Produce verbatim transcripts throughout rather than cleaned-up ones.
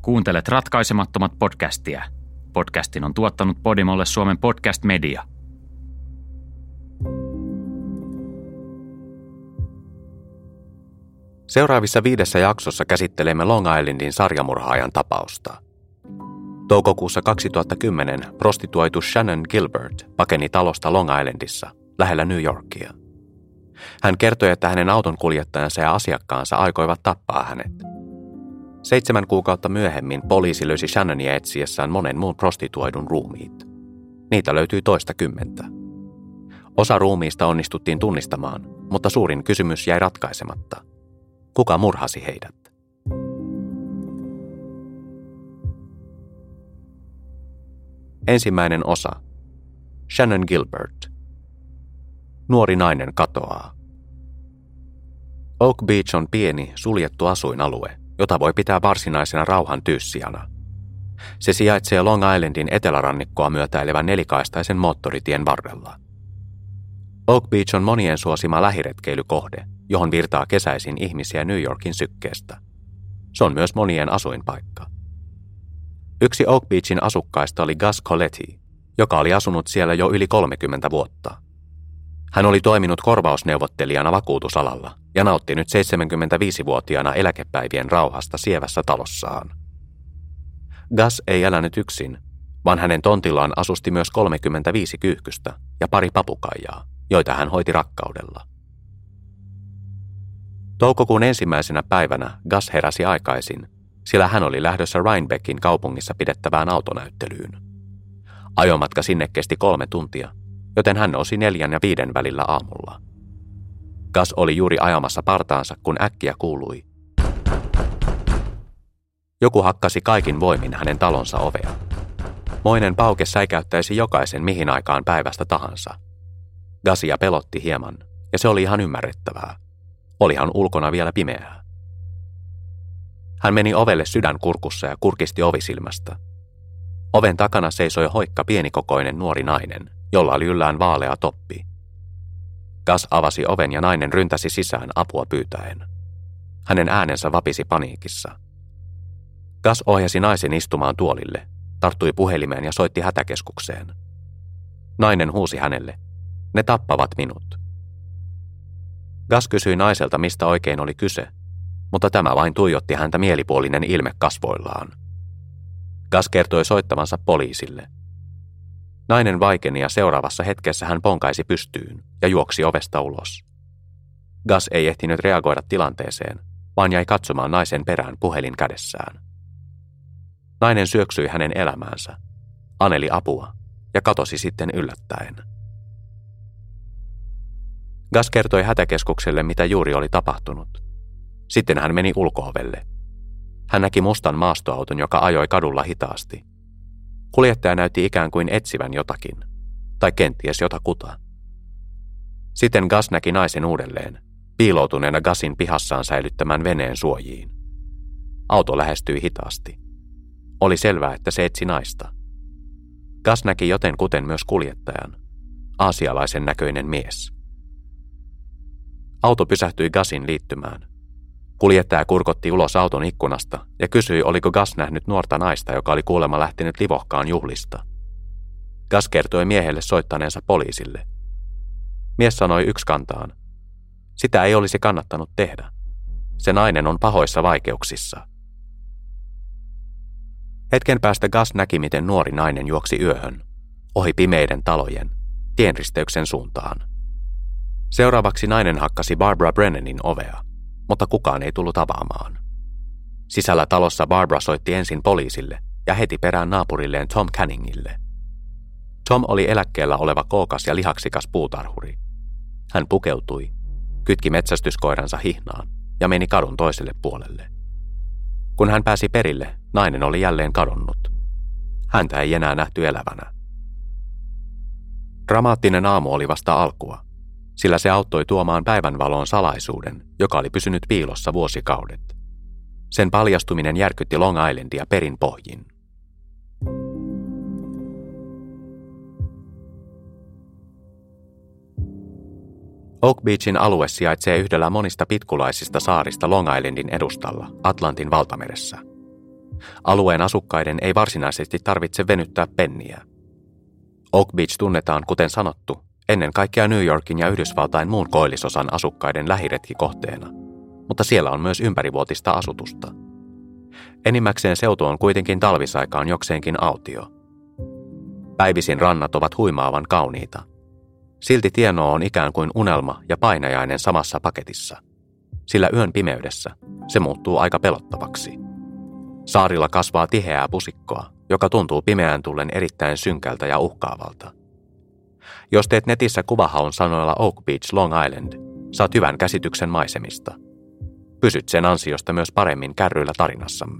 Kuuntelet Ratkaisemattomat podcastia. Podcastin on tuottanut Podimolle Suomen Podcast Media. Seuraavissa viidessä jaksossa käsittelemme Long Islandin sarjamurhaajan tapausta. Toukokuussa kaksituhattakymmenen prostituoitu Shannon Gilbert pakeni talosta Long Islandissa, lähellä New Yorkia. Hän kertoi, että hänen auton kuljettajansa ja asiakkaansa aikoivat tappaa hänet. Seitsemän kuukautta myöhemmin poliisi löysi Shannonia etsiessään monen muun prostituoidun ruumiit. Niitä löytyi toista kymmentä. Osa ruumiista onnistuttiin tunnistamaan, mutta suurin kysymys jäi ratkaisematta. Kuka murhasi heidät? Ensimmäinen osa. Shannon Gilbert. Nuori nainen katoaa. Oak Beach on pieni, suljettu asuinalue, jota voi pitää varsinaisena rauhan tyyssijana. Se sijaitsee Long Islandin etelärannikkoa myötäilevän nelikaistaisen moottoritien varrella. Oak Beach on monien suosima lähiretkeilykohde, johon virtaa kesäisin ihmisiä New Yorkin sykkeestä. Se on myös monien asuinpaikka. Yksi Oak Beachin asukkaista oli Gus Coletti, joka oli asunut siellä jo yli kolmekymmentä vuotta. Hän oli toiminut korvausneuvottelijana vakuutusalalla ja nautti nyt seitsemänkymmentäviisivuotiaana eläkepäivien rauhasta sievässä talossaan. Gus ei elänyt yksin, vaan hänen tontillaan asusti myös kolmekymmentäviisi kyyhkystä ja pari papukaijaa, joita hän hoiti rakkaudella. Toukokuun ensimmäisenä päivänä Gus heräsi aikaisin, sillä hän oli lähdössä Rhinebeckin kaupungissa pidettävään autonäyttelyyn. Ajomatka sinne kesti kolme tuntia, joten hän nousi neljän ja viiden välillä aamulla. Gus oli juuri ajamassa partaansa, kun äkkiä kuului. Joku hakkasi kaikin voimin hänen talonsa ovea. Moinen pauke säikäyttäisi jokaisen mihin aikaan päivästä tahansa. Gusia pelotti hieman, ja se oli ihan ymmärrettävää. Olihan ulkona vielä pimeää. Hän meni ovelle sydän kurkussa ja kurkisti ovisilmästä. Oven takana seisoi hoikka pienikokoinen nuori nainen, jolla oli yllään vaalea toppi. Gus avasi oven ja nainen ryntäsi sisään apua pyytäen. Hänen äänensä vapisi paniikissa. Gus ohjasi naisen istumaan tuolille, tarttui puhelimeen ja soitti hätäkeskukseen. Nainen huusi hänelle, "Ne tappavat minut." Gus kysyi naiselta, mistä oikein oli kyse, mutta tämä vain tuijotti häntä mielipuolinen ilme kasvoillaan. Gus kertoi soittavansa poliisille. Nainen vaikeni ja seuraavassa hetkessä hän ponkaisi pystyyn ja juoksi ovesta ulos. Gus ei ehtinyt reagoida tilanteeseen, vaan jäi katsomaan naisen perään puhelin kädessään. Nainen syöksyi hänen elämäänsä, aneli apua ja katosi sitten yllättäen. Gus kertoi hätäkeskukselle, mitä juuri oli tapahtunut. Sitten hän meni ulko-ovelle. Hän näki mustan maastoauton, joka ajoi kadulla hitaasti. Kuljettaja näytti ikään kuin etsivän jotakin, tai kenties jotakuta. Sitten Gus näki naisen uudelleen, piiloutuneena Gusin pihassaan säilyttämään veneen suojiin. Auto lähestyi hitaasti. Oli selvää, että se etsi naista. Gus näki joten kuten myös kuljettajan, aasialaisen näköinen mies. Auto pysähtyi Gusin liittymään. Kuljettaja kurkotti ulos auton ikkunasta ja kysyi, oliko Gus nähnyt nuorta naista, joka oli kuulemma lähtenyt Livohkaan juhlista. Gus kertoi miehelle soittaneensa poliisille. Mies sanoi ykskantaan, sitä ei olisi kannattanut tehdä. Se nainen on pahoissa vaikeuksissa. Hetken päästä Gus näki, miten nuori nainen juoksi yöhön, ohi pimeiden talojen, tienristeyksen suuntaan. Seuraavaksi nainen hakkasi Barbara Brennanin ovea, mutta kukaan ei tullut avaamaan. Sisällä talossa Barbara soitti ensin poliisille ja heti perään naapurilleen Tom Canningille. Tom oli eläkkeellä oleva kookas ja lihaksikas puutarhuri. Hän pukeutui, kytki metsästyskoiransa hihnaan ja meni kadun toiselle puolelle. Kun hän pääsi perille, nainen oli jälleen kadonnut. Häntä ei enää nähty elävänä. Dramaattinen aamu oli vasta alkua, sillä se auttoi tuomaan päivänvaloon salaisuuden, joka oli pysynyt piilossa vuosikaudet. Sen paljastuminen järkytti Long Islandia perin pohjin. Oak Beachin alue sijaitsee yhdellä monista pitkulaisista saarista Long Islandin edustalla, Atlantin valtameressä. Alueen asukkaiden ei varsinaisesti tarvitse venyttää penniä. Oak Beach tunnetaan, kuten sanottu, ennen kaikkea New Yorkin ja Yhdysvaltain muun koillisosan asukkaiden lähiretkikohteena, mutta siellä on myös ympärivuotista asutusta. Enimmäkseen seutu on kuitenkin talvisaikaan jokseenkin autio. Päivisin rannat ovat huimaavan kauniita. Silti tienoo on ikään kuin unelma ja painajainen samassa paketissa, sillä yön pimeydessä se muuttuu aika pelottavaksi. Saarilla kasvaa tiheää pusikkoa, joka tuntuu pimeään tullen erittäin synkältä ja uhkaavalta. Jos teet netissä kuvahaun sanoilla Oak Beach, Long Island, saat hyvän käsityksen maisemista. Pysyt sen ansiosta myös paremmin kärryillä tarinassamme.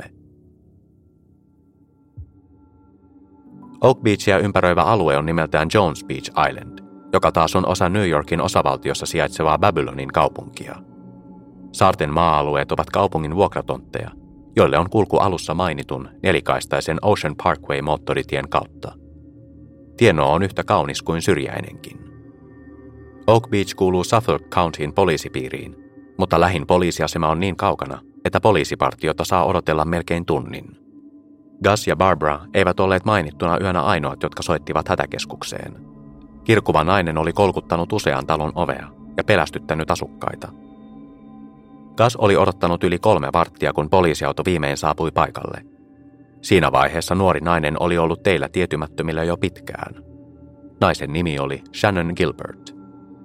Oak Beachia ympäröivä alue on nimeltään Jones Beach Island, joka taas on osa New Yorkin osavaltiossa sijaitsevaa Babylonin kaupunkia. Saarten maa-alueet ovat kaupungin vuokratontteja, joille on kulku alussa mainitun nelikaistaisen Ocean Parkway-moottoritien kautta. Tienoo on yhtä kaunis kuin syrjäinenkin. Oak Beach kuuluu Suffolk Countyin poliisipiiriin, mutta lähin poliisiasema on niin kaukana, että poliisipartiota saa odotella melkein tunnin. Gus ja Barbara eivät olleet mainittuna yönä ainoat, jotka soittivat hätäkeskukseen. Kirkuva nainen oli kolkuttanut usean talon ovea ja pelästyttänyt asukkaita. Gus oli odottanut yli kolme varttia, kun poliisiauto viimein saapui paikalle. Siinä vaiheessa nuori nainen oli ollut teillä tietymättömillä jo pitkään. Naisen nimi oli Shannon Gilbert.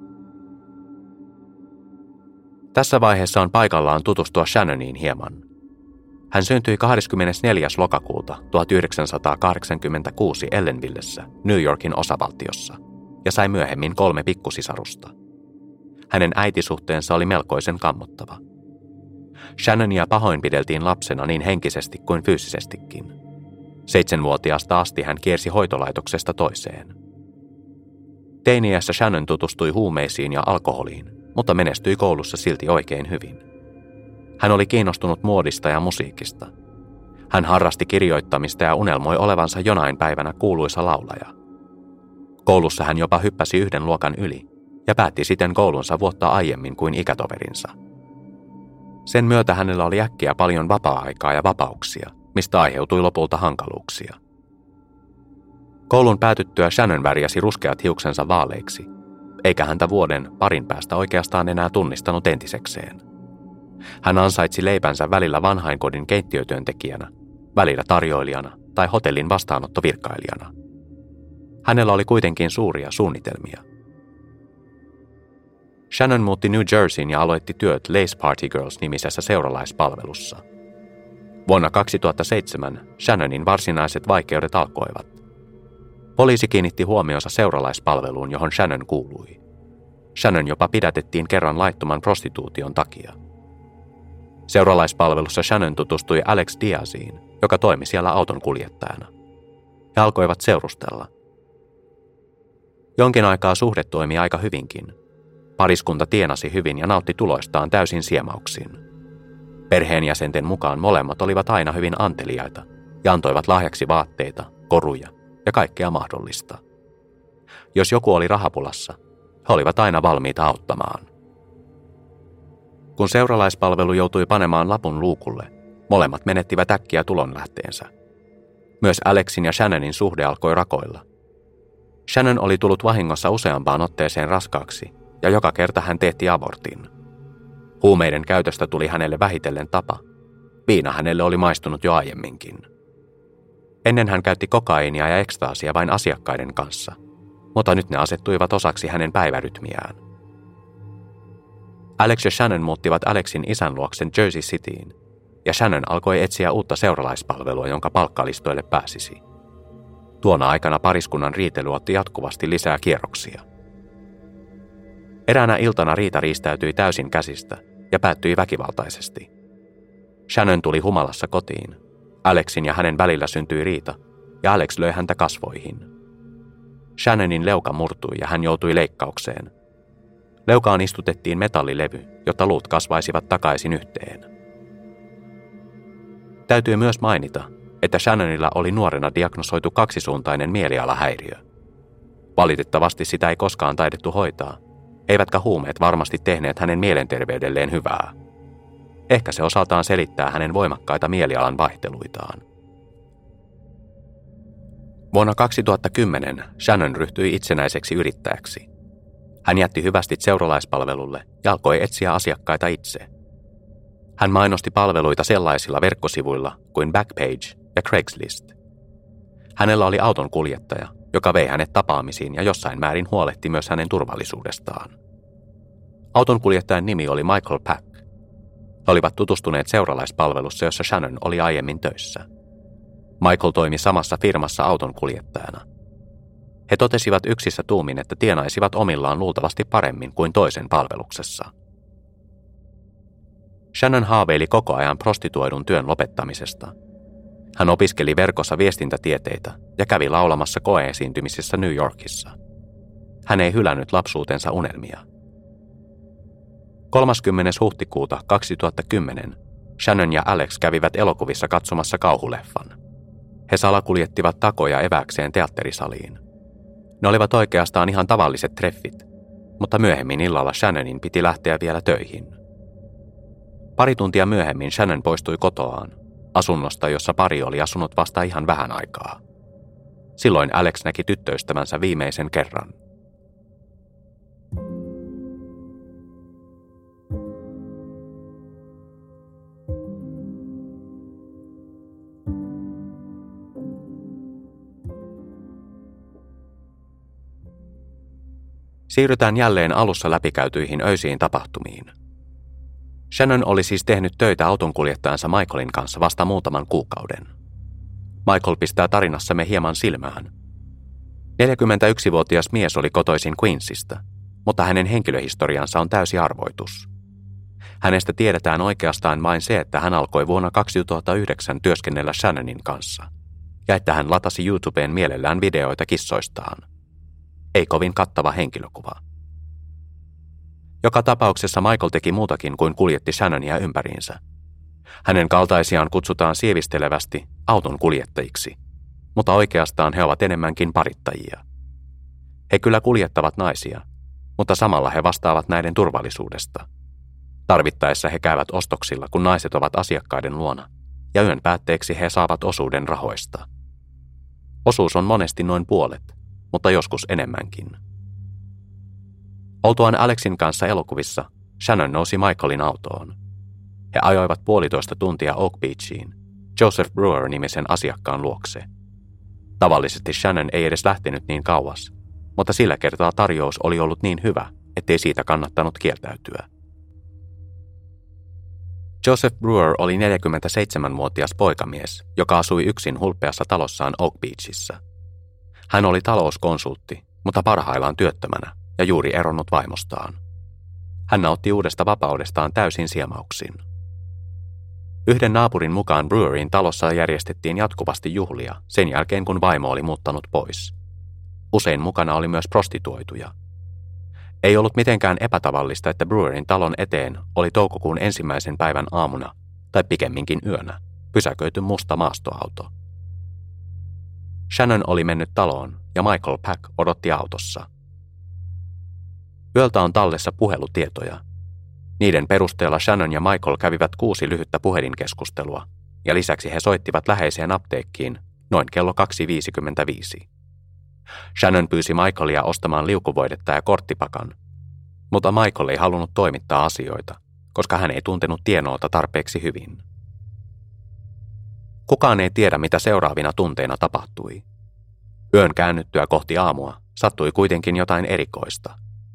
Tässä vaiheessa on paikallaan tutustua Shannoniin hieman. Hän syntyi kahdeskymmenesneljäs lokakuuta tuhatyhdeksänsataakahdeksankymmentäkuusi Ellenvillessä, New Yorkin osavaltiossa, ja sai myöhemmin kolme pikkusisarusta. Hänen äitisuhteensa oli melkoisen kammottava. Shannonia pahoinpideltiin lapsena niin henkisesti kuin fyysisestikin. Seitsemänvuotiaasta asti hän kiersi hoitolaitoksesta toiseen. Teiniässä Shannon tutustui huumeisiin ja alkoholiin, mutta menestyi koulussa silti oikein hyvin. Hän oli kiinnostunut muodista ja musiikista. Hän harrasti kirjoittamista ja unelmoi olevansa jonain päivänä kuuluisa laulaja. Koulussa hän jopa hyppäsi yhden luokan yli ja päätti siten koulunsa vuotta aiemmin kuin ikätoverinsa. Sen myötä hänellä oli äkkiä paljon vapaa-aikaa ja vapauksia, mistä aiheutui lopulta hankaluuksia. Koulun päätyttyä Shannon värjäsi ruskeat hiuksensa vaaleiksi, eikä häntä vuoden parin päästä oikeastaan enää tunnistanut entisekseen. Hän ansaitsi leipänsä välillä vanhainkodin keittiötyöntekijänä, välillä tarjoilijana tai hotellin vastaanottovirkailijana. Hänellä oli kuitenkin suuria suunnitelmia. Shannon muutti New Jerseyin ja aloitti työt Lace Party Girls-nimisessä seuralaispalvelussa. Vuonna kaksituhattaseitsemän Shannonin varsinaiset vaikeudet alkoivat. Poliisi kiinnitti huomionsa seuralaispalveluun, johon Shannon kuului. Shannon jopa pidätettiin kerran laittoman prostituution takia. Seuralaispalvelussa Shannon tutustui Alex Diaziin, joka toimi siellä auton kuljettajana. He alkoivat seurustella. Jonkin aikaa suhde toimi aika hyvinkin. Pariskunta tienasi hyvin ja nautti tuloistaan täysin siemauksin. Perheenjäsenten mukaan molemmat olivat aina hyvin anteliaita ja antoivat lahjaksi vaatteita, koruja ja kaikkea mahdollista. Jos joku oli rahapulassa, he olivat aina valmiita auttamaan. Kun seuralaispalvelu joutui panemaan lapun luukulle, molemmat menettivät äkkiä tulonlähteensä. Myös Alexin ja Shannonin suhde alkoi rakoilla. Shannon oli tullut vahingossa useampaan otteeseen raskaaksi, ja joka kerta hän teetti abortin. Huumeiden käytöstä tuli hänelle vähitellen tapa. Viina hänelle oli maistunut jo aiemminkin. Ennen hän käytti kokaiinia ja ekstaasia vain asiakkaiden kanssa, mutta nyt ne asettuivat osaksi hänen päivärytmiään. Alex ja Shannon muuttivat Alexin isän luoksen Jersey Cityin, ja Shannon alkoi etsiä uutta seuralaispalvelua, jonka palkkalistoille pääsisi. Tuona aikana pariskunnan riitely otti jatkuvasti lisää kierroksia. Eräänä iltana riita riistäytyi täysin käsistä ja päättyi väkivaltaisesti. Shannon tuli humalassa kotiin. Alexin ja hänen välillä syntyi riita, ja Alex löi häntä kasvoihin. Shannonin leuka murtui ja hän joutui leikkaukseen. Leukaan istutettiin metallilevy, jotta luut kasvaisivat takaisin yhteen. Täytyy myös mainita, että Shannonilla oli nuorena diagnosoitu kaksisuuntainen mielialahäiriö. Valitettavasti sitä ei koskaan taidettu hoitaa, eivätkä huumeet varmasti tehneet hänen mielenterveydelleen hyvää. Ehkä se osaltaan selittää hänen voimakkaita mielialan vaihteluitaan. Vuonna kaksituhattakymmenen Shannon ryhtyi itsenäiseksi yrittäjäksi. Hän jätti hyvästit seuralaispalvelulle ja alkoi etsiä asiakkaita itse. Hän mainosti palveluita sellaisilla verkkosivuilla kuin Backpage ja Craigslist. Hänellä oli auton kuljettaja, joka vei hänet tapaamisiin ja jossain määrin huolehti myös hänen turvallisuudestaan. Auton kuljettajan nimi oli Michael Pack. He olivat tutustuneet seuralaispalvelussa, jossa Shannon oli aiemmin töissä. Michael toimi samassa firmassa auton kuljettajana. He totesivat yksissä tuumin, että tienaisivat omillaan luultavasti paremmin kuin toisen palveluksessa. Shannon haaveili koko ajan prostituoidun työn lopettamisesta. Hän opiskeli verkossa viestintätieteitä ja kävi laulamassa koeesiintymisissä New Yorkissa. Hän ei hylännyt lapsuutensa unelmia. kolmaskymmenes huhtikuuta kaksituhattakymmenen Shannon ja Alex kävivät elokuvissa katsomassa kauhuleffan. He salakuljettivat takoja evääkseen teatterisaliin. Ne olivat oikeastaan ihan tavalliset treffit, mutta myöhemmin illalla Shannonin piti lähteä vielä töihin. Pari tuntia myöhemmin Shannon poistui kotoaan, asunnosta, jossa pari oli asunut vasta ihan vähän aikaa. Silloin Alex näki tyttöystävänsä viimeisen kerran. Siirrytään jälleen alussa läpikäytyihin öisiin tapahtumiin. Shannon oli siis tehnyt töitä autonkuljettajansa Michaelin kanssa vasta muutaman kuukauden. Michael pistää tarinassamme hieman silmään. neljäkymmentäyksivuotias mies oli kotoisin Queensista, mutta hänen henkilöhistoriansa on täysi arvoitus. Hänestä tiedetään oikeastaan vain se, että hän alkoi vuonna kaksituhattayhdeksän työskennellä Shannonin kanssa, ja että hän latasi YouTubeen mielellään videoita kissoistaan. Ei kovin kattava henkilökuva. Joka tapauksessa Michael teki muutakin kuin kuljetti Shannonia ympäriinsä. Hänen kaltaisiaan kutsutaan sievistelevästi auton kuljettajiksi, mutta oikeastaan he ovat enemmänkin parittajia. He kyllä kuljettavat naisia, mutta samalla he vastaavat näiden turvallisuudesta. Tarvittaessa he käyvät ostoksilla, kun naiset ovat asiakkaiden luona, ja yön päätteeksi he saavat osuuden rahoista. Osuus on monesti noin puolet, mutta joskus enemmänkin. Oltuaan Alexin kanssa elokuvissa, Shannon nousi Michaelin autoon. He ajoivat puolitoista tuntia Oak Beachiin, Joseph Brewer-nimisen asiakkaan luokse. Tavallisesti Shannon ei edes lähtenyt niin kauas, mutta sillä kertaa tarjous oli ollut niin hyvä, ettei siitä kannattanut kieltäytyä. Joseph Brewer oli neljäkymmentäseitsemänvuotias poikamies, joka asui yksin hulppeassa talossaan Oak Beachissä. Hän oli talouskonsultti, mutta parhaillaan työttömänä ja juuri eronnut vaimostaan. Hän nautti uudesta vapaudestaan täysin siemauksin. Yhden naapurin mukaan Brewerin talossa järjestettiin jatkuvasti juhlia sen jälkeen, kun vaimo oli muuttanut pois. Usein mukana oli myös prostituoituja. Ei ollut mitenkään epätavallista, että Brewerin talon eteen oli toukokuun ensimmäisen päivän aamuna, tai pikemminkin yönä, pysäköity musta maastoauto. Shannon oli mennyt taloon ja Michael Pack odotti autossa. Yöltä on tallessa puhelutietoja. Niiden perusteella Shannon ja Michael kävivät kuusi lyhyttä puhelinkeskustelua, ja lisäksi he soittivat läheiseen apteekkiin noin kello kaksi viisikymmentäviisi. Shannon pyysi Michaelia ostamaan liukuvoidetta ja korttipakan, mutta Michael ei halunnut toimittaa asioita, koska hän ei tuntenut tienoota tarpeeksi hyvin. Kukaan ei tiedä, mitä seuraavina tunteina tapahtui. Yön käännyttyä kohti aamua sattui kuitenkin jotain erikoista.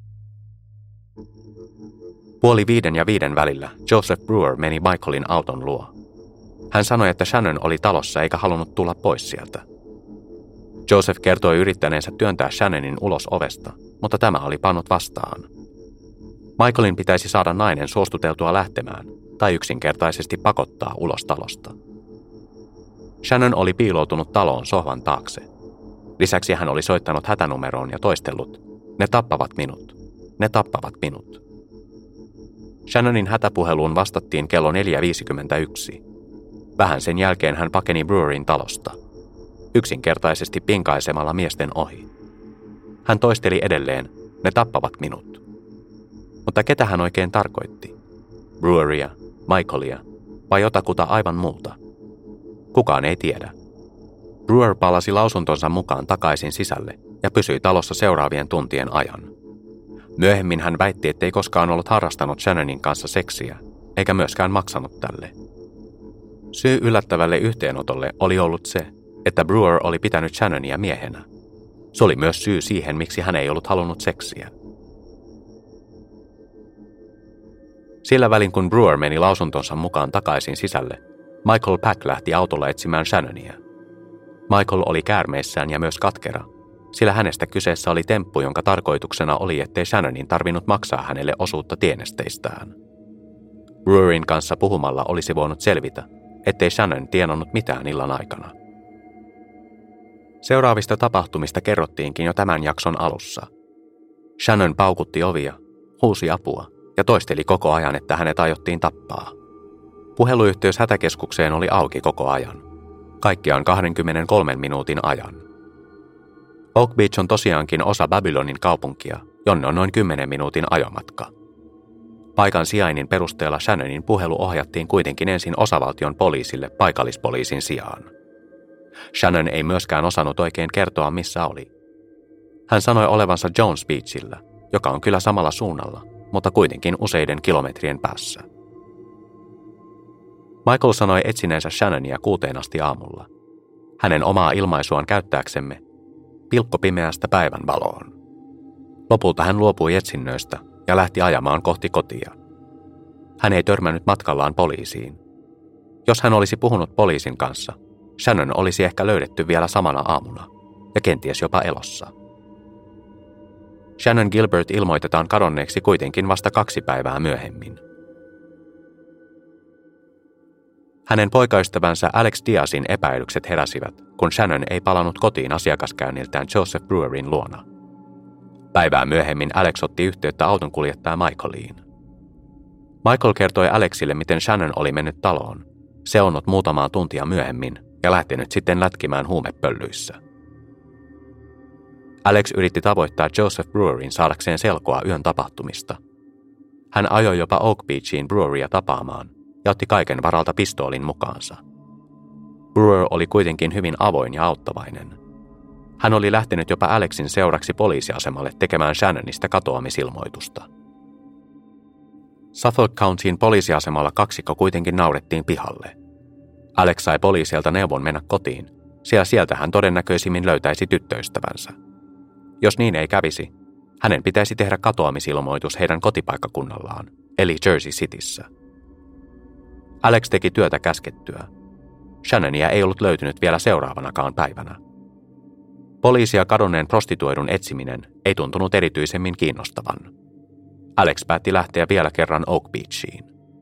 Puoli viiden ja viiden välillä Joseph Brewer meni Michaelin auton luo. Hän sanoi, että Shannon oli talossa eikä halunnut tulla pois sieltä. Joseph kertoi yrittäneensä työntää Shannonin ulos ovesta, mutta tämä oli pannut vastaan. Michaelin pitäisi saada nainen suostuteltua lähtemään tai yksinkertaisesti pakottaa ulos talosta. Shannon oli piiloutunut taloon sohvan taakse. Lisäksi hän oli soittanut hätänumeroon ja toistellut, ne tappavat minut, ne tappavat minut. Shannonin hätäpuheluun vastattiin kello neljä viisikymmentäyksi. Vähän sen jälkeen hän pakeni Brewerin talosta, yksinkertaisesti pinkaisemalla miesten ohi. Hän toisteli edelleen, ne tappavat minut. Mutta ketä hän oikein tarkoitti? Breweria Michaelia vai jotakuta aivan muuta? Kukaan ei tiedä. Brewer palasi lausuntonsa mukaan takaisin sisälle ja pysyi talossa seuraavien tuntien ajan. Myöhemmin hän väitti, ettei koskaan ollut harrastanut Shannonin kanssa seksiä, eikä myöskään maksanut tälle. Syy yllättävälle yhteenotolle oli ollut se, että Brewer oli pitänyt Shannonia miehenä. Se oli myös syy siihen, miksi hän ei ollut halunnut seksiä. Sillä välin kun Brewer meni lausuntonsa mukaan takaisin sisälle, Michael Pack lähti autolla etsimään Shannonia. Michael oli käärmeissään ja myös katkera, sillä hänestä kyseessä oli temppu, jonka tarkoituksena oli, ettei Shannonin tarvinnut maksaa hänelle osuutta tienesteistään. Brewerin kanssa puhumalla olisi voinut selvitä, ettei Shannon tienannut mitään illan aikana. Seuraavista tapahtumista kerrottiinkin jo tämän jakson alussa. Shannon paukutti ovia, huusi apua ja toisteli koko ajan, että hänet aiottiin tappaa. Puheluyhteys hätäkeskukseen oli auki koko ajan. Kaikkiaan kaksikymmentäkolme minuutin ajan. Oak Beach on tosiaankin osa Babylonin kaupunkia, jonne on noin kymmenen minuutin ajomatka. Paikan sijainnin perusteella Shannonin puhelu ohjattiin kuitenkin ensin osavaltion poliisille paikallispoliisin sijaan. Shannon ei myöskään osannut oikein kertoa, missä oli. Hän sanoi olevansa Jones Beachillä, joka on kyllä samalla suunnalla, mutta kuitenkin useiden kilometrien päässä. Michael sanoi etsineensä Shannonia kuuteen asti aamulla. Hänen omaa ilmaisuaan käyttääksemme pilkkopimeästä päivänvaloon. Lopulta hän luopui etsinnöistä ja lähti ajamaan kohti kotia. Hän ei törmännyt matkallaan poliisiin. Jos hän olisi puhunut poliisin kanssa, Shannon olisi ehkä löydetty vielä samana aamuna ja kenties jopa elossa. Shannon Gilbert ilmoitetaan kadonneeksi kuitenkin vasta kaksi päivää myöhemmin. Hänen poikaystävänsä Alex Diazin epäilykset heräsivät, kun Shannon ei palannut kotiin asiakaskäynniltään Joseph Brewerin luona. Päivää myöhemmin Alex otti yhteyttä autonkuljettaja Michaeliin. Michael kertoi Alexille, miten Shannon oli mennyt taloon, seonnut muutamaa tuntia myöhemmin ja lähtenyt sitten lätkimään huumepöllyissä. Alex yritti tavoittaa Joseph Brewerin saadakseen selkoa yön tapahtumista. Hän ajoi jopa Oak Beachiin Breweria tapaamaan ja otti kaiken varalta pistoolin mukaansa. Brewer oli kuitenkin hyvin avoin ja auttavainen. Hän oli lähtenyt jopa Alexin seuraksi poliisiasemalle tekemään Shannonista katoamisilmoitusta. Suffolk Countyin poliisiasemalla kaksikko kuitenkin naurettiin pihalle. Alex sai poliisilta neuvon mennä kotiin, sillä sieltä hän todennäköisimmin löytäisi tyttöystävänsä. Jos niin ei kävisi, hänen pitäisi tehdä katoamisilmoitus heidän kotipaikkakunnallaan, eli Jersey Cityssä. Alex teki työtä käskettyä. Shannonia ei ollut löytynyt vielä seuraavanakaan päivänä. Poliisia kadonneen prostituoidun etsiminen ei tuntunut erityisemmin kiinnostavan. Alex päätti lähteä vielä kerran Oak Beachiin.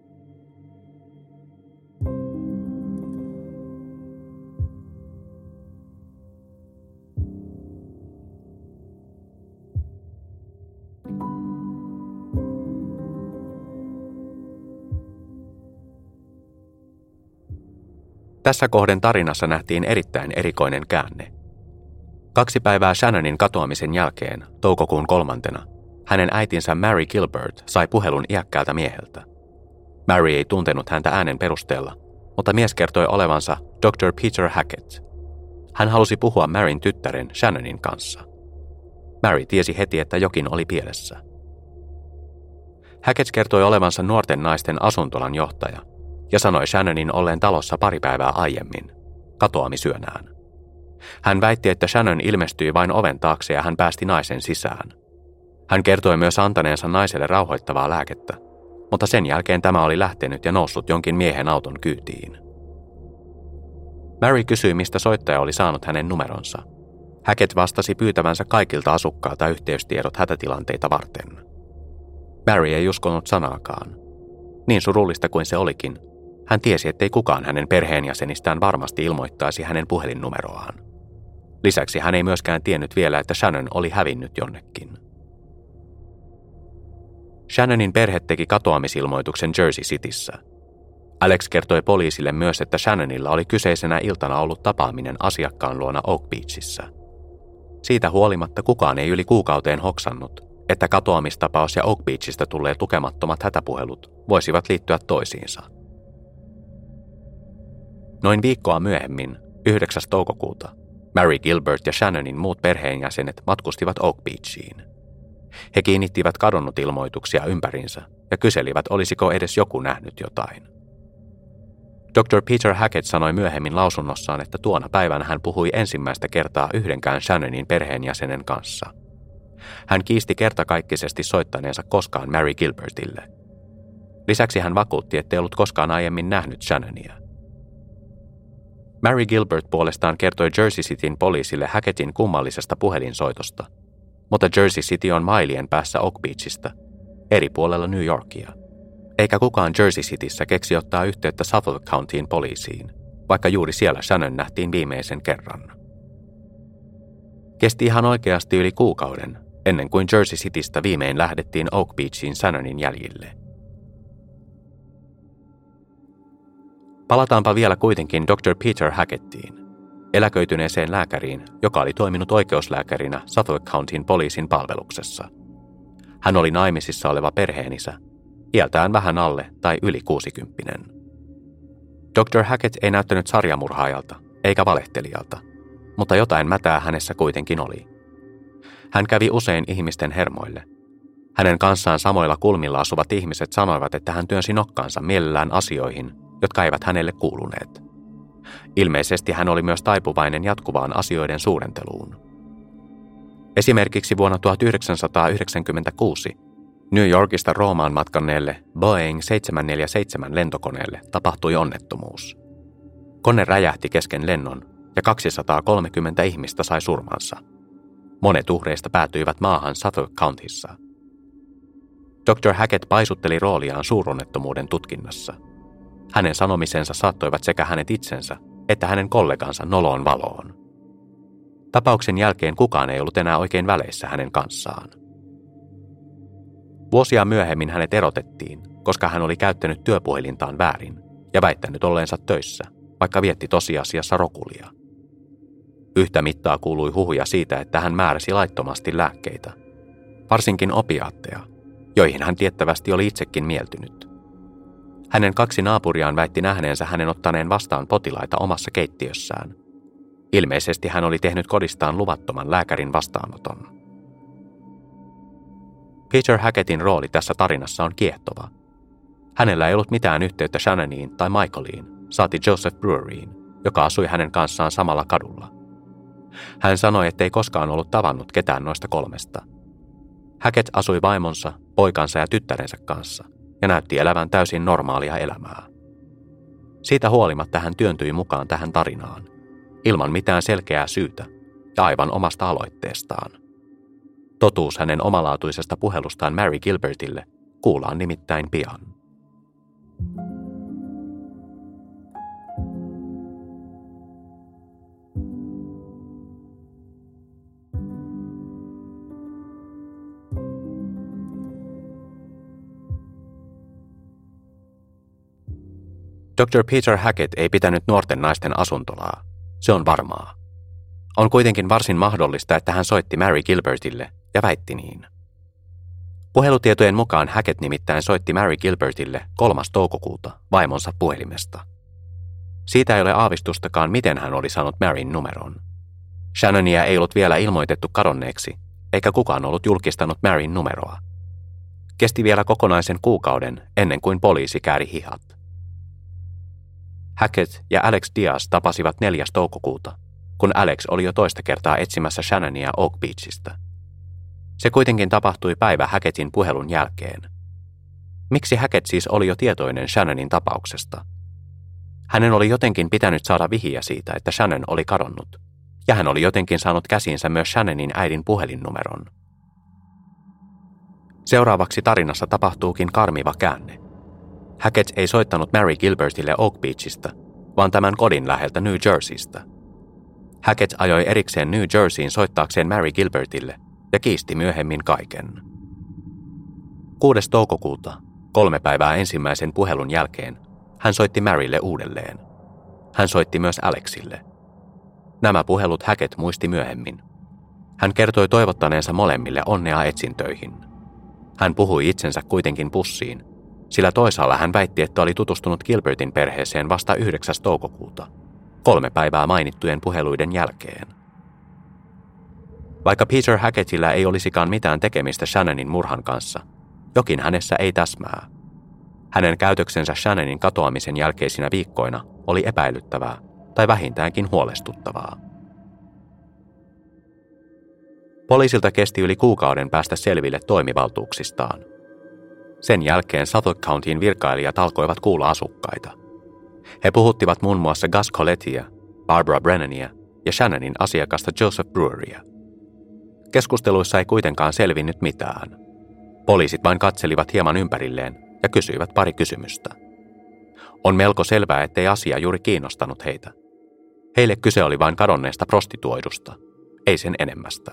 Tässä kohden tarinassa nähtiin erittäin erikoinen käänne. Kaksi päivää Shannonin katoamisen jälkeen, toukokuun kolmantena, hänen äitinsä Mary Gilbert sai puhelun iäkkäältä mieheltä. Mary ei tuntenut häntä äänen perusteella, mutta mies kertoi olevansa doktor Peter Hackett. Hän halusi puhua Maryn tyttären Shannonin kanssa. Mary tiesi heti, että jokin oli pielessä. Hackett kertoi olevansa nuorten naisten asuntolan johtaja ja sanoi Shannonin olleen talossa pari päivää aiemmin, katoamisyönään. Hän väitti, että Shannon ilmestyi vain oven taakse ja hän päästi naisen sisään. Hän kertoi myös antaneensa naiselle rauhoittavaa lääkettä, mutta sen jälkeen tämä oli lähtenyt ja noussut jonkin miehen auton kyytiin. Mary kysyi, mistä soittaja oli saanut hänen numeronsa. Hackett vastasi pyytävänsä kaikilta asukkailta yhteystiedot hätätilanteita varten. Mary ei uskonut sanaakaan. Niin surullista kuin se olikin, hän tiesi, ettei kukaan hänen perheenjäsenistään varmasti ilmoittaisi hänen puhelinnumeroaan. Lisäksi hän ei myöskään tiennyt vielä, että Shannon oli hävinnyt jonnekin. Shannonin perhe teki katoamisilmoituksen Jersey Cityssä. Alex kertoi poliisille myös, että Shannonilla oli kyseisenä iltana ollut tapaaminen asiakkaan luona Oak Beachissä. Siitä huolimatta kukaan ei yli kuukauteen hoksannut, että katoamistapaus ja Oak Beachistä tulleet lukemattomat hätäpuhelut voisivat liittyä toisiinsa. Noin viikkoa myöhemmin, yhdeksäs toukokuuta, Mary Gilbert ja Shannonin muut perheenjäsenet matkustivat Oak Beachiin. He kiinnittivät kadonnut ilmoituksia ympärinsä ja kyselivät, olisiko edes joku nähnyt jotain. doktor Peter Hackett sanoi myöhemmin lausunnossaan, että tuona päivänä hän puhui ensimmäistä kertaa yhdenkään Shannonin perheenjäsenen kanssa. Hän kiisti kertakaikkisesti soittaneensa koskaan Mary Gilbertille. Lisäksi hän vakuutti, ettei ollut koskaan aiemmin nähnyt Shannonia. Mary Gilbert puolestaan kertoi Jersey Cityn poliisille Hackettin kummallisesta puhelinsoitosta, mutta Jersey City on mailien päässä Oak Beachistä, eri puolella New Yorkia. Eikä kukaan Jersey Cityssä keksi ottaa yhteyttä Suffolk Countyin poliisiin, vaikka juuri siellä Shannon nähtiin viimeisen kerran. Kesti ihan oikeasti yli kuukauden, ennen kuin Jersey Citystä viimein lähdettiin Oak Beachiin Shannonin jäljille. Palataanpa vielä kuitenkin doktor Peter Hackettiin, eläköityneeseen lääkäriin, joka oli toiminut oikeuslääkärinä Suffolk Countyin poliisin palveluksessa. Hän oli naimisissa oleva perheenisä, iältään vähän alle tai yli kuusikymppinen. doktor Hackett ei näyttänyt sarjamurhaajalta eikä valehtelijalta, mutta jotain mätää hänessä kuitenkin oli. Hän kävi usein ihmisten hermoille. Hänen kanssaan samoilla kulmilla asuvat ihmiset sanoivat, että hän työnsi nokkaansa mielellään asioihin, jotka eivät hänelle kuuluneet. Ilmeisesti hän oli myös taipuvainen jatkuvaan asioiden suurenteluun. Esimerkiksi vuonna tuhatyhdeksänsataayhdeksänkymmentäkuusi New Yorkista Roomaan matkanneelle Boeing seitsemänsataaneljäkymmentäseitsemän lentokoneelle tapahtui onnettomuus. Kone räjähti kesken lennon ja kaksisataakolmekymmentä ihmistä sai surmansa. Monet uhreista päätyivät maahan Suffolk Countyssa. doktor Hackett paisutteli rooliaan suuronnettomuuden tutkinnassa. Hänen sanomisensa saattoivat sekä hänet itsensä että hänen kollegansa noloon valoon. Tapauksen jälkeen kukaan ei ollut enää oikein väleissä hänen kanssaan. Vuosia myöhemmin hänet erotettiin, koska hän oli käyttänyt työpuhelintaan väärin ja väittänyt olleensa töissä, vaikka vietti tosiasiassa rokulia. Yhtä mittaa kuului huhuja siitä, että hän määräsi laittomasti lääkkeitä, varsinkin opiaatteja, joihin hän tiettävästi oli itsekin mieltynyt. Hänen kaksi naapuriaan väitti nähneensä hänen ottaneen vastaan potilaita omassa keittiössään. Ilmeisesti hän oli tehnyt kodistaan luvattoman lääkärin vastaanoton. Peter Hackettin rooli tässä tarinassa on kiehtova. Hänellä ei ollut mitään yhteyttä Shannoniin tai Michaeliin, saati Joseph Breweriin, joka asui hänen kanssaan samalla kadulla. Hän sanoi, ettei koskaan ollut tavannut ketään noista kolmesta. Hackett asui vaimonsa, poikansa ja tyttärensä kanssa ja näytti elävän täysin normaalia elämää. Siitä huolimatta hän työntyi mukaan tähän tarinaan, ilman mitään selkeää syytä ja aivan omasta aloitteestaan. Totuus hänen omalaatuisesta puhelustaan Mary Gilbertille kuullaan nimittäin pian. doktor Peter Hackett ei pitänyt nuorten naisten asuntolaa. Se on varmaa. On kuitenkin varsin mahdollista, että hän soitti Mary Gilbertille ja väitti niin. Puhelutietojen mukaan Hackett nimittäin soitti Mary Gilbertille kolmas toukokuuta vaimonsa puhelimesta. Siitä ei ole aavistustakaan, miten hän oli saanut Maryn numeron. Shannonia ei ollut vielä ilmoitettu kadonneeksi, eikä kukaan ollut julkistanut Maryn numeroa. Kesti vielä kokonaisen kuukauden ennen kuin poliisi kääri hihat. Hackett ja Alex Diaz tapasivat neljäs toukokuuta, kun Alex oli jo toista kertaa etsimässä Shannonia Oak Beachistä. Se kuitenkin tapahtui päivä Hackettin puhelun jälkeen. Miksi Hackett siis oli jo tietoinen Shannonin tapauksesta? Hänen oli jotenkin pitänyt saada vihiä siitä, että Shannon oli kadonnut, ja hän oli jotenkin saanut käsiinsä myös Shannonin äidin puhelinnumeron. Seuraavaksi tarinassa tapahtuukin karmiva käänne. Hackett ei soittanut Mary Gilbertille Oak Beachistä, vaan tämän kodin läheltä New Jerseystä. Hackett ajoi erikseen New Jerseyin soittaakseen Mary Gilbertille ja kiisti myöhemmin kaiken. kuudes toukokuuta, kolme päivää ensimmäisen puhelun jälkeen, hän soitti Marylle uudelleen. Hän soitti myös Alexille. Nämä puhelut Hackett muisti myöhemmin. Hän kertoi toivottaneensa molemmille onnea etsintöihin. Hän puhui itsensä kuitenkin pussiin, sillä toisaalla hän väitti, että oli tutustunut Gilbertin perheeseen vasta yhdeksäs toukokuuta, kolme päivää mainittujen puheluiden jälkeen. Vaikka Peter Hackettillä ei olisikaan mitään tekemistä Shannonin murhan kanssa, jokin hänessä ei täsmää. Hänen käytöksensä Shannonin katoamisen jälkeisinä viikkoina oli epäilyttävää tai vähintäänkin huolestuttavaa. Poliisilta kesti yli kuukauden päästä selville toimivaltuuksistaan. Sen jälkeen Suffolk Countyin virkailijat alkoivat kuulla asukkaita. He puhuttivat muun muassa Gus Collettia, Barbara Brennania ja Shannonin asiakasta Joseph Breweria. Keskusteluissa ei kuitenkaan selvinnyt mitään. Poliisit vain katselivat hieman ympärilleen ja kysyivät pari kysymystä. On melko selvää, ettei asia juuri kiinnostanut heitä. Heille kyse oli vain kadonneesta prostituoidusta, ei sen enemmästä.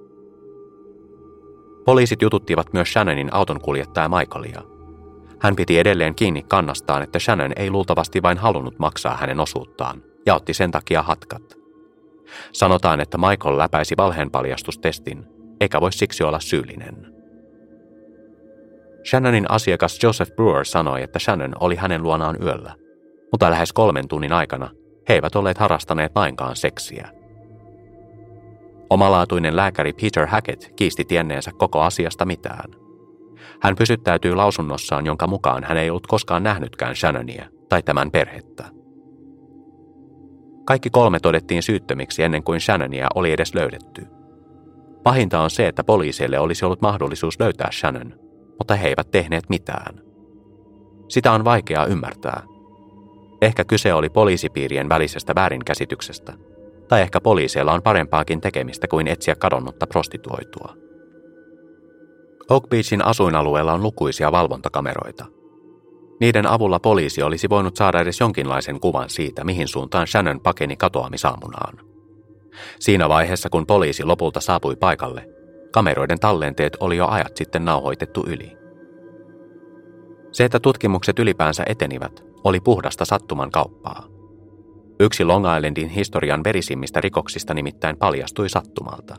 Poliisit jututtivat myös Shannonin autonkuljettaja Michaelia. Hän piti edelleen kiinni kannastaan, että Shannon ei luultavasti vain halunnut maksaa hänen osuuttaan ja otti sen takia hatkat. Sanotaan, että Michael läpäisi valheenpaljastustestin, eikä voi siksi olla syyllinen. Shannonin asiakas Joseph Brewer sanoi, että Shannon oli hänen luonaan yöllä, mutta lähes kolmen tunnin aikana he eivät olleet harrastaneet lainkaan seksiä. Omalaatuinen lääkäri Peter Hackett kiisti tienneensä koko asiasta mitään. Hän pysyttäytyi lausunnossaan, jonka mukaan hän ei ollut koskaan nähnytkään Shannonia tai tämän perhettä. Kaikki kolme todettiin syyttömiksi ennen kuin Shannonia oli edes löydetty. Pahinta on se, että poliiseille olisi ollut mahdollisuus löytää Shannon, mutta he eivät tehneet mitään. Sitä on vaikeaa ymmärtää. Ehkä kyse oli poliisipiirien välisestä väärinkäsityksestä, tai ehkä poliiseilla on parempaakin tekemistä kuin etsiä kadonnutta prostituoitua. Oak Beachin asuinalueella on lukuisia valvontakameroita. Niiden avulla poliisi olisi voinut saada edes jonkinlaisen kuvan siitä, mihin suuntaan Shannon pakeni katoamisaamunaan. Siinä vaiheessa, kun poliisi lopulta saapui paikalle, kameroiden tallenteet oli jo ajat sitten nauhoitettu yli. Se, että tutkimukset ylipäänsä etenivät, oli puhdasta sattuman kauppaa. Yksi Long Islandin historian verisimmistä rikoksista nimittäin paljastui sattumalta.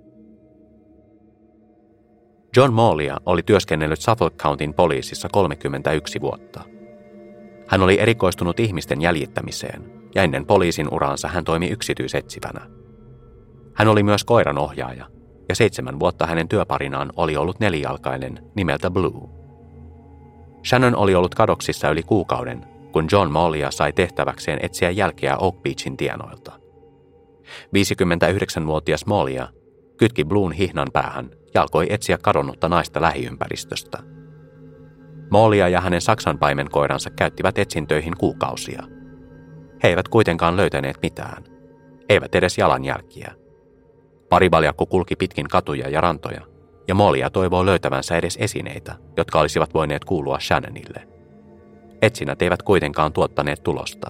John Maulia oli työskennellyt Suffolk Countyn poliisissa kolmekymmentäyksi vuotta. Hän oli erikoistunut ihmisten jäljittämiseen, ja ennen poliisin uraansa hän toimi yksityisetsivänä. Hän oli myös koiranohjaaja, ja seitsemän vuotta hänen työparinaan oli ollut nelijalkainen nimeltä Blue. Shannon oli ollut kadoksissa yli kuukauden, kun John Maulia sai tehtäväkseen etsiä jälkeä Oak Beachin tienoilta. viisikymmentäyhdeksänvuotias Maulia kytki Bluun hihnan päähän ja alkoi etsiä kadonnutta naista lähiympäristöstä. Maulia ja hänen saksanpaimenkoiransa käyttivät etsintöihin kuukausia. He eivät kuitenkaan löytäneet mitään, eivät edes jalanjälkiä. Parivaljakko kulki pitkin katuja ja rantoja, ja Maulia toivoo löytävänsä edes esineitä, jotka olisivat voineet kuulua Shannonille. Etsinnät eivät kuitenkaan tuottaneet tulosta.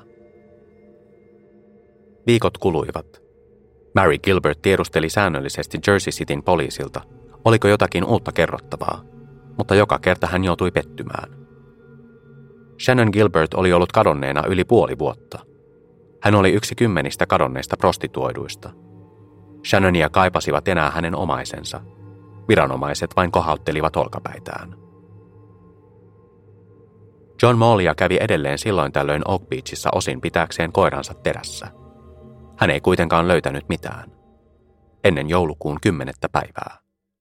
Viikot kuluivat. Mary Gilbert tiedusteli säännöllisesti Jersey Cityn poliisilta, oliko jotakin uutta kerrottavaa, mutta joka kerta hän joutui pettymään. Shannon Gilbert oli ollut kadonneena yli puoli vuotta. Hän oli yksi kymmenistä kadonneista prostituoiduista. Shannonia kaipasivat enää hänen omaisensa. Viranomaiset vain kohauttelivat olkapäitään. John Maulia kävi edelleen silloin tällöin Oak Beachissa osin pitääkseen koiransa terässä. Hän ei kuitenkaan löytänyt mitään. Ennen joulukuun kymmenettä päivää.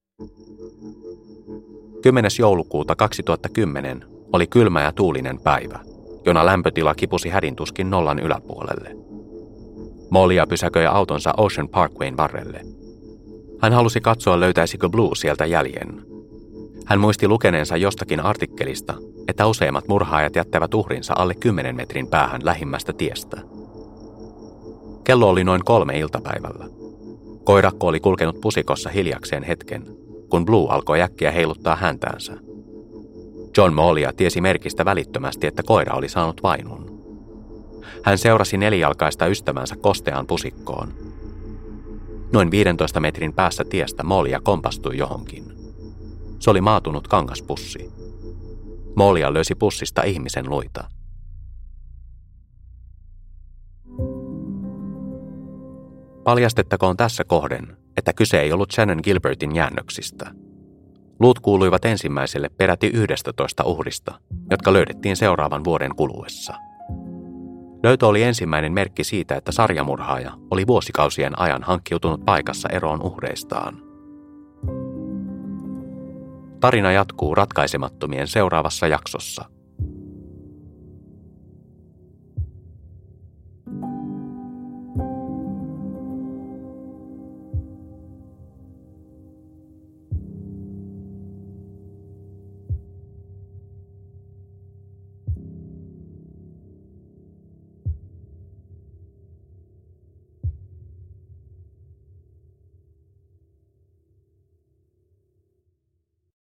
kymmenes joulukuuta kaksituhattakymmenen oli kylmä ja tuulinen päivä, jona lämpötila kipusi hädintuskin nollan yläpuolelle. Maulia pysäköi autonsa Ocean Parkwayn varrelle. Hän halusi katsoa, löytäisikö Blue sieltä jäljen. Hän muisti lukeneensa jostakin artikkelista, että useimmat murhaajat jättävät uhrinsa alle kymmenen metrin päähän lähimmästä tiestä. Kello oli noin kolme iltapäivällä. Koirakko oli kulkenut pusikossa hiljakseen hetken, kun Blue alkoi äkkiä heiluttaa häntäänsä. John Maulia tiesi merkistä välittömästi, että koira oli saanut vainun. Hän seurasi nelijalkaista ystävänsä kosteaan pusikkoon. Noin viidentoista metrin päässä tiestä Maulia kompastui johonkin. Se oli maatunut kangaspussi. Maulia löysi pussista ihmisen luita. Paljastettakoon tässä kohden, että kyse ei ollut Shannon Gilbertin jäännöksistä. Luut kuuluivat ensimmäiselle peräti yhdestätoista uhrista, jotka löydettiin seuraavan vuoden kuluessa. Löytö oli ensimmäinen merkki siitä, että sarjamurhaaja oli vuosikausien ajan hankkiutunut paikassa eroon uhreistaan. Tarina jatkuu ratkaisemattomien seuraavassa jaksossa.